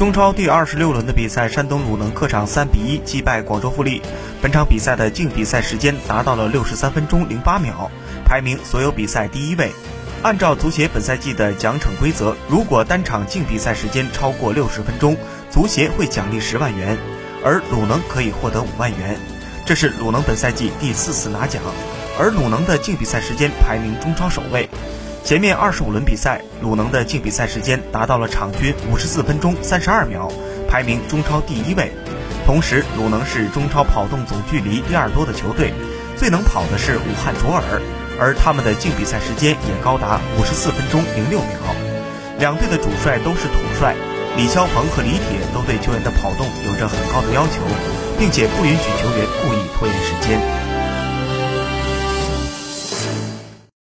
中超第26轮的比赛，山东鲁能客场3比1击败广州富力。本场比赛的净比赛时间达到了63分钟08秒，排名所有比赛第1位。按照足协本赛季的奖惩规则，如果单场净比赛时间超过60分钟，足协会奖励10万元，而鲁能可以获得5万元。这是鲁能本赛季第4次拿奖，而鲁能的净比赛时间排名中超首位。前面25轮比赛，鲁能的净比赛时间达到了场均54分钟32秒，排名中超第1位。同时，鲁能是中超跑动总距离第2多的球队，最能跑的是武汉卓尔，而他们的净比赛时间也高达54分钟06秒。两队的主帅都是土帅，李霄鹏和李铁都对球员的跑动有着很高的要求，并且不允许球员故意拖延时间。